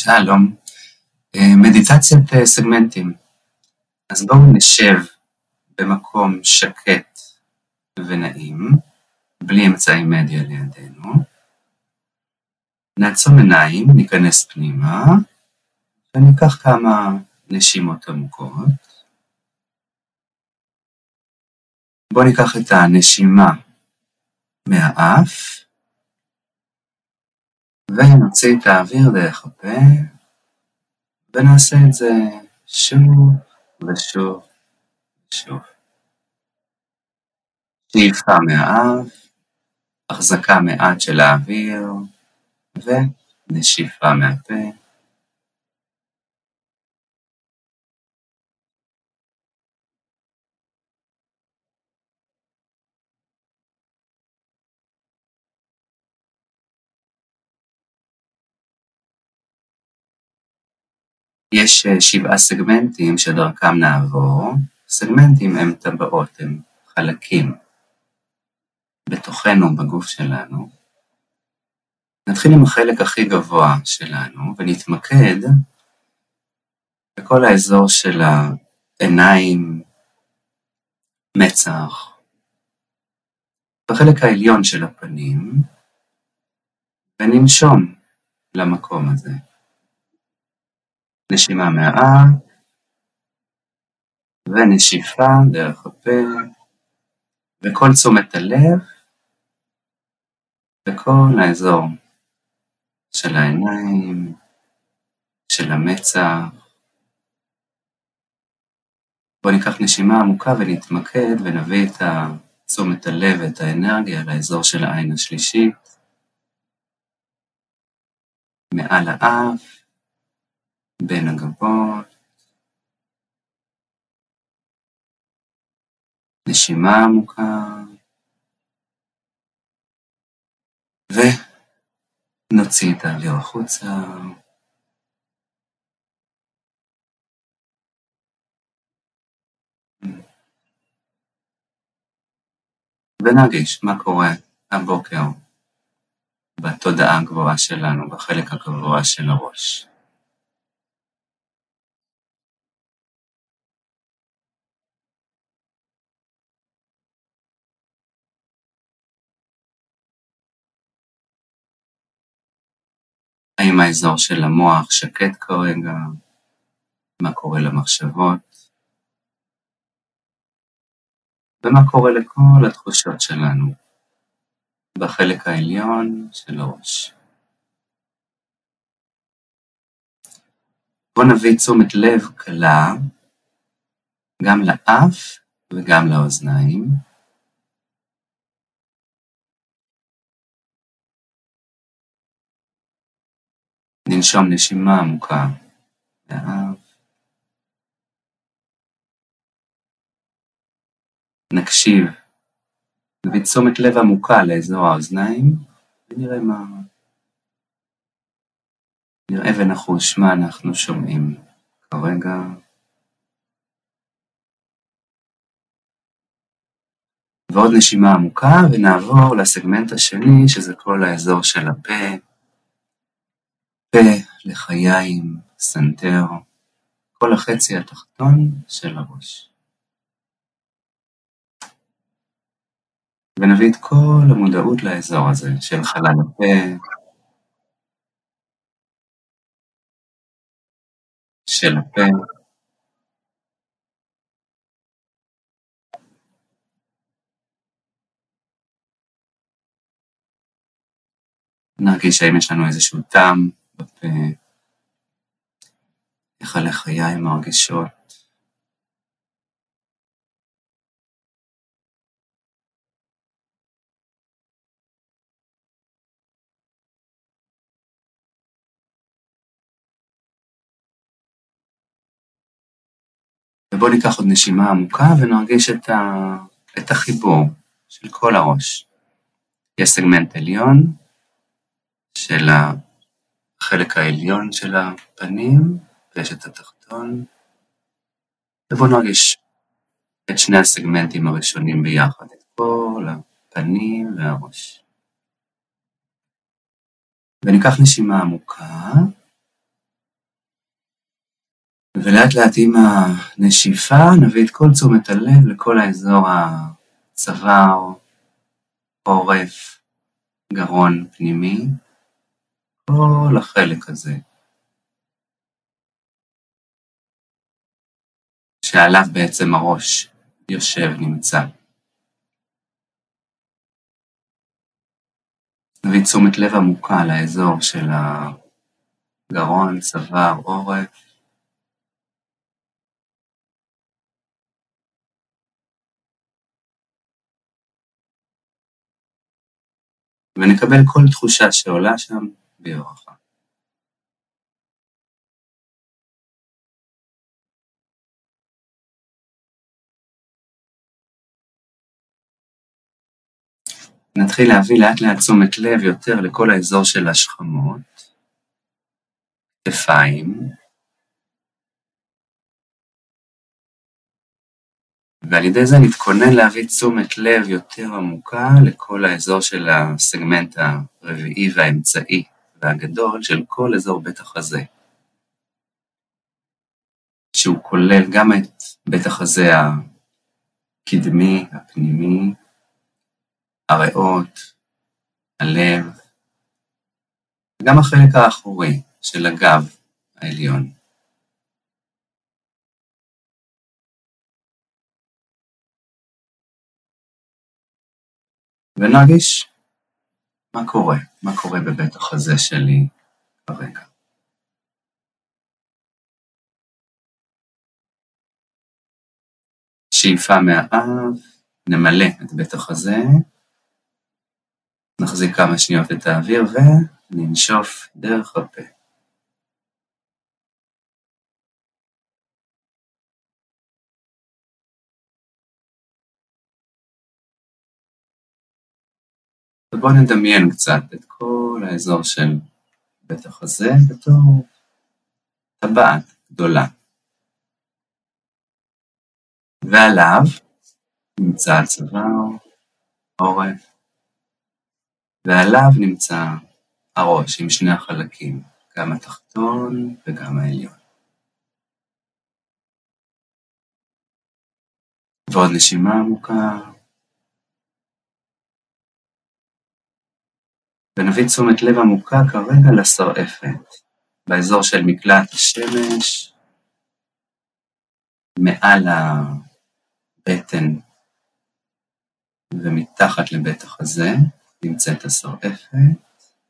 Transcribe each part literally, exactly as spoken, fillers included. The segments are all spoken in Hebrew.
שלום, מדיטציית סגמנטים. אז בואו נשב במקום שקט ונעים, בלי אמצעי מדיה לידינו. נעצום עיניים, ניכנס פנימה, וניקח כמה נשימות עמוקות. בואו ניקח את הנשימה מהאף, ונוציא את האוויר דרך הפה, ונעשה את זה שוב ושוב ושוב. שאיפה מהאף, החזקה מעט של האוויר, ונשיפה מהפה. יש שבעה סגמנטים שדרכם נעבור. סגמנטים הם טבעות, הם חלקים בתוכנו, בגוף שלנו. נתחיל עם החלק הכי גבוה שלנו, ונתמקד בכל האזור של העיניים, מצח, בחלק העליון של הפנים, וננשום למקום הזה. נשימה מהאף, ונשיפה דרך הפה, וכל תשומת הלב, וכל האזור של העיניים, של המצח. בואו ניקח נשימה עמוקה ונתמקד, ונביא את תשומת הלב ואת האנרגיה לאזור של העין השלישית, מעל האף, בין הגבות. נשימה עמוקה, ונוציא את האוויר החוצה. ונרגיש מה קורה הבוקר בתודעה הגבוהה שלנו, בחלק הגבוה של הראש. האם האזור של המוח שקט כרגע? מה קורה למחשבות? ומה קורה לכל התחושות שלנו בחלק העליון של הראש? בואו נביא תשומת לב קלה גם לאף וגם לאוזניים. ננשום נשימה עמוקה מהאף. נקשיב, נביא תשומת לב עמוקה לאזור האוזניים, ונראה מה, נראה ונחוש מה אנחנו שומעים כרגע. ועוד נשימה עמוקה, ונעבור לסגמנט השני, שזה כל האזור של הפה, פה, לחיים, סנטר, כל החצי התחתון של הראש. ונביא את כל המודעות לאזור הזה של חלל הפה, של הפה, נרגיש האם יש לנו איזשהו טעם בפה, איך הלחיים מרגישות. ובואו ניקח עוד נשימה עמוקה ונרגיש את, ה... את החיבור של כל הראש. יש סגמנט עליון של החלק העליון של הפנים, ויש את התחתון. ובואו נרגיש את שני הסגמנטים הראשונים ביחד, את כל הפנים והראש. וניקח נשימה עמוקה, ולאט לאט עם הנשיפה נביא את כל תשומת הלב לכל האזור הצוואר, עורף, גרון פנימי, כל החלק הזה, שעליו בעצם הראש יושב, נמצא. נביא תשומת לב עמוקה לאזור של הגרון, צוואר, עורף. ונקבל כל תחושה שעולה שם בירחה. נתחיל להביא לאט לאט תשומת לב יותר לכל האזור של השכמות, כתפיים, ועל ידי זה נתכונן להביא תשומת לב יותר עמוקה לכל האזור של הסגמנט הרביעי והאמצעי והגדול של כל אזור בית החזה, שהוא כולל גם את בית החזה הקדמי, הפנימי, הריאות, הלב, וגם החלק האחורי של הגב העליון. ונרגיש מה קורה, מה קורה בבית החזה שלי כרגע. שאיפה מהאף, נמלא את בית החזה, נחזיק כמה שניות את האוויר וננשוף דרך הפה. ובואו נדמיין קצת את כל האזור של בית החזה בתור טבעת גדולה. ועליו נמצא הצוואר, עורף, ועליו נמצא הראש עם שני החלקים, גם התחתון וגם העליון. ועוד נשימה עמוקה, ונביא תשומת לב עמוקה כרגע לשרעפת, באזור של מקלט השמש, מעל הבטן ומתחת לבית החזה נמצאת השרעפת.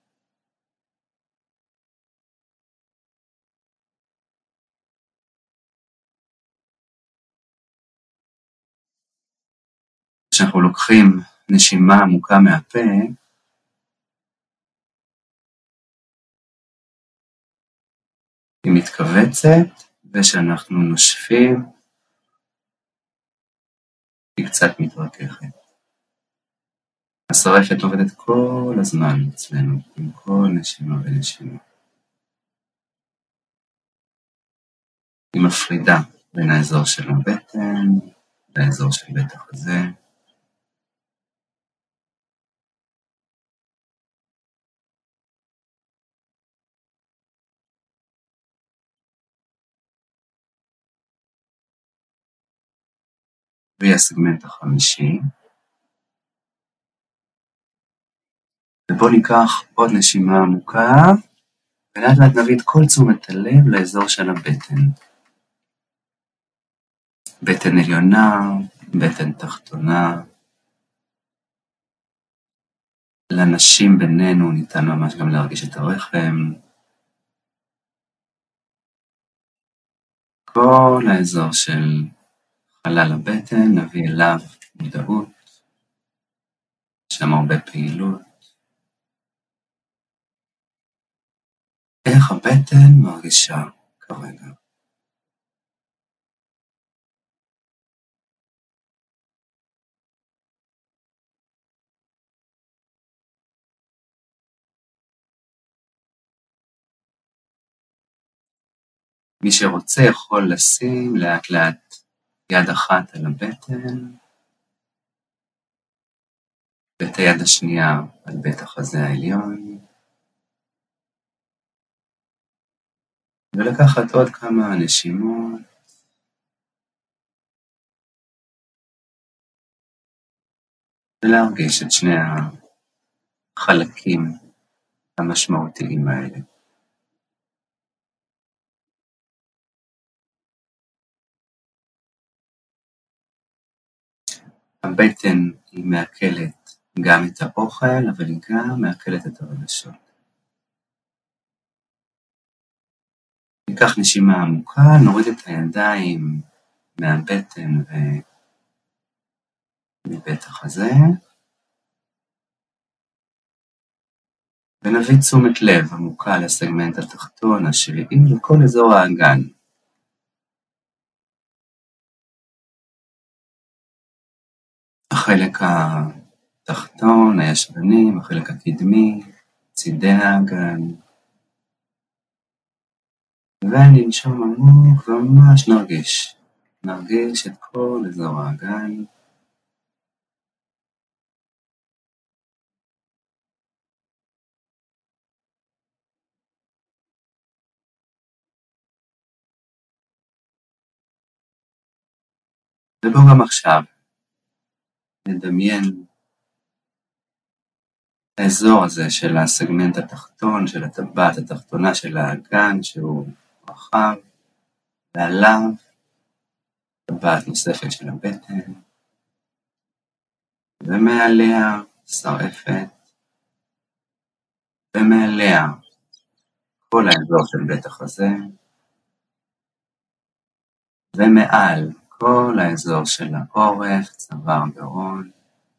כשאנחנו לוקחים נשימה עמוקה מהפה, היא מתכווצת, ושאנחנו נושפים, היא קצת מתרככת. השרעפת עובדת כל הזמן אצלנו, עם כל נשימה ונשימה. היא מפרידה בין האזור של הבטן לאזור של בית החזה. והיא הסגמנט החמישי. ובואו ניקח עוד נשימה עמוקה, ולאט לאט נביא את כל תשומת הלב לאזור של הבטן. בטן עליונה, בטן תחתונה. לנשים בינינו ניתן ממש גם להרגיש את הרחם. כל האזור של חלל הבטן, נביא אליו מודעות, שם הרבה פעילות. איך הבטן מרגישה כרגע. מי שרוצה יכול לשים לאט לאט יד אחת על הבטן, ואת היד השנייה על בית החזה העליון, ולקחת עוד כמה נשימות. ולהרגיש את שני החלקים המשמעותיים האלה. הבטן היא מעכלת גם את האוכל, אבל היא גם מעכלת את הרגשות. ניקח נשימה עמוקה, נוריד את הידיים מהבטן ומבית החזה, ונביא תשומת לב עמוקה לסגמנט התחתון, השריעי, לכל אזור האגן. החלק התחתון, הישבנים, החלק הקדמי, צידי האגן. וננשום עמוק וממש נרגיש. נרגיש את כל אזור האגן. ובואו גם עכשיו נדמיין האזור הזה של הסגמנט התחתון, של הטבעת התחתונה של האגן, שהוא רחב, ועליו טבעת נוספת של הבטן, ומעליה שרעפת, ומעליה כל האזור של בית החזה, ומעל כל האזור של העורף, צוואר גרון,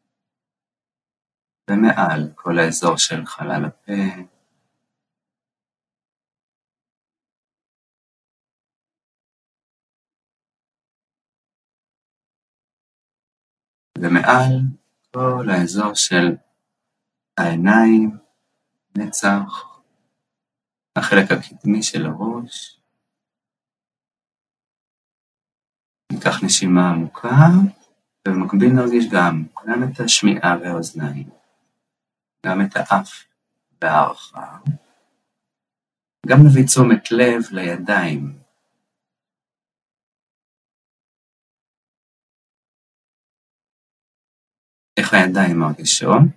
ומעל כל האזור של חלל הפה, ומעל כל האזור של העיניים, נצח, החלק הקדמי של הראש. ניקח נשימה עמוקה, ובמקביל נרגיש גם, גם את השמיעה והאוזניים, גם את האף והערכה. גם נביא תשומת לב לידיים. איך הידיים מרגישות?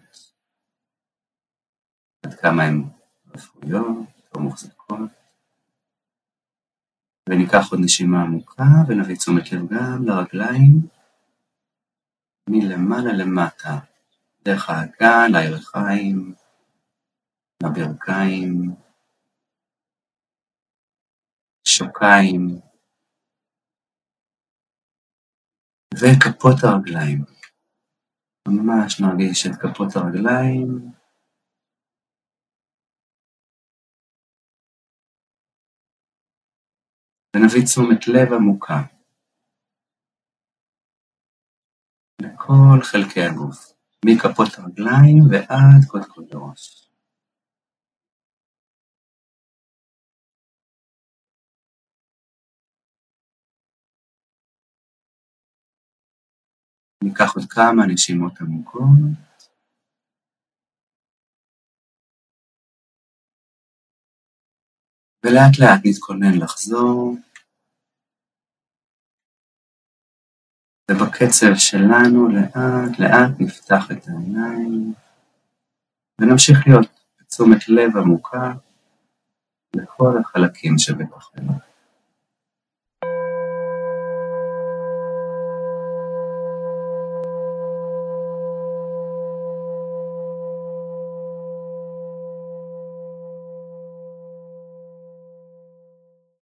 עד כמה הן רפויות או מוחזקות. וניקח עוד נשימה עמוקה ונביא תשומת לב גם לרגליים מלמעלה למטה, דרך האגן, לירכיים, לברכיים, שוקיים וכפות הרגליים. ממש נרגיש את כפות הרגליים. ונביא תשומת לב עמוקה לכל חלקי הגוף, מכפות הרגליים ועד קודקוד הראש. ניקח עוד כמה נשימות עמוקות. ולאט לאט נתכונן לחזור. ובקצב שלנו לאט לאט נפתח את העיניים. ונמשיך להיות בתשומת לב עמוקה לכל החלקים שבתוכנו.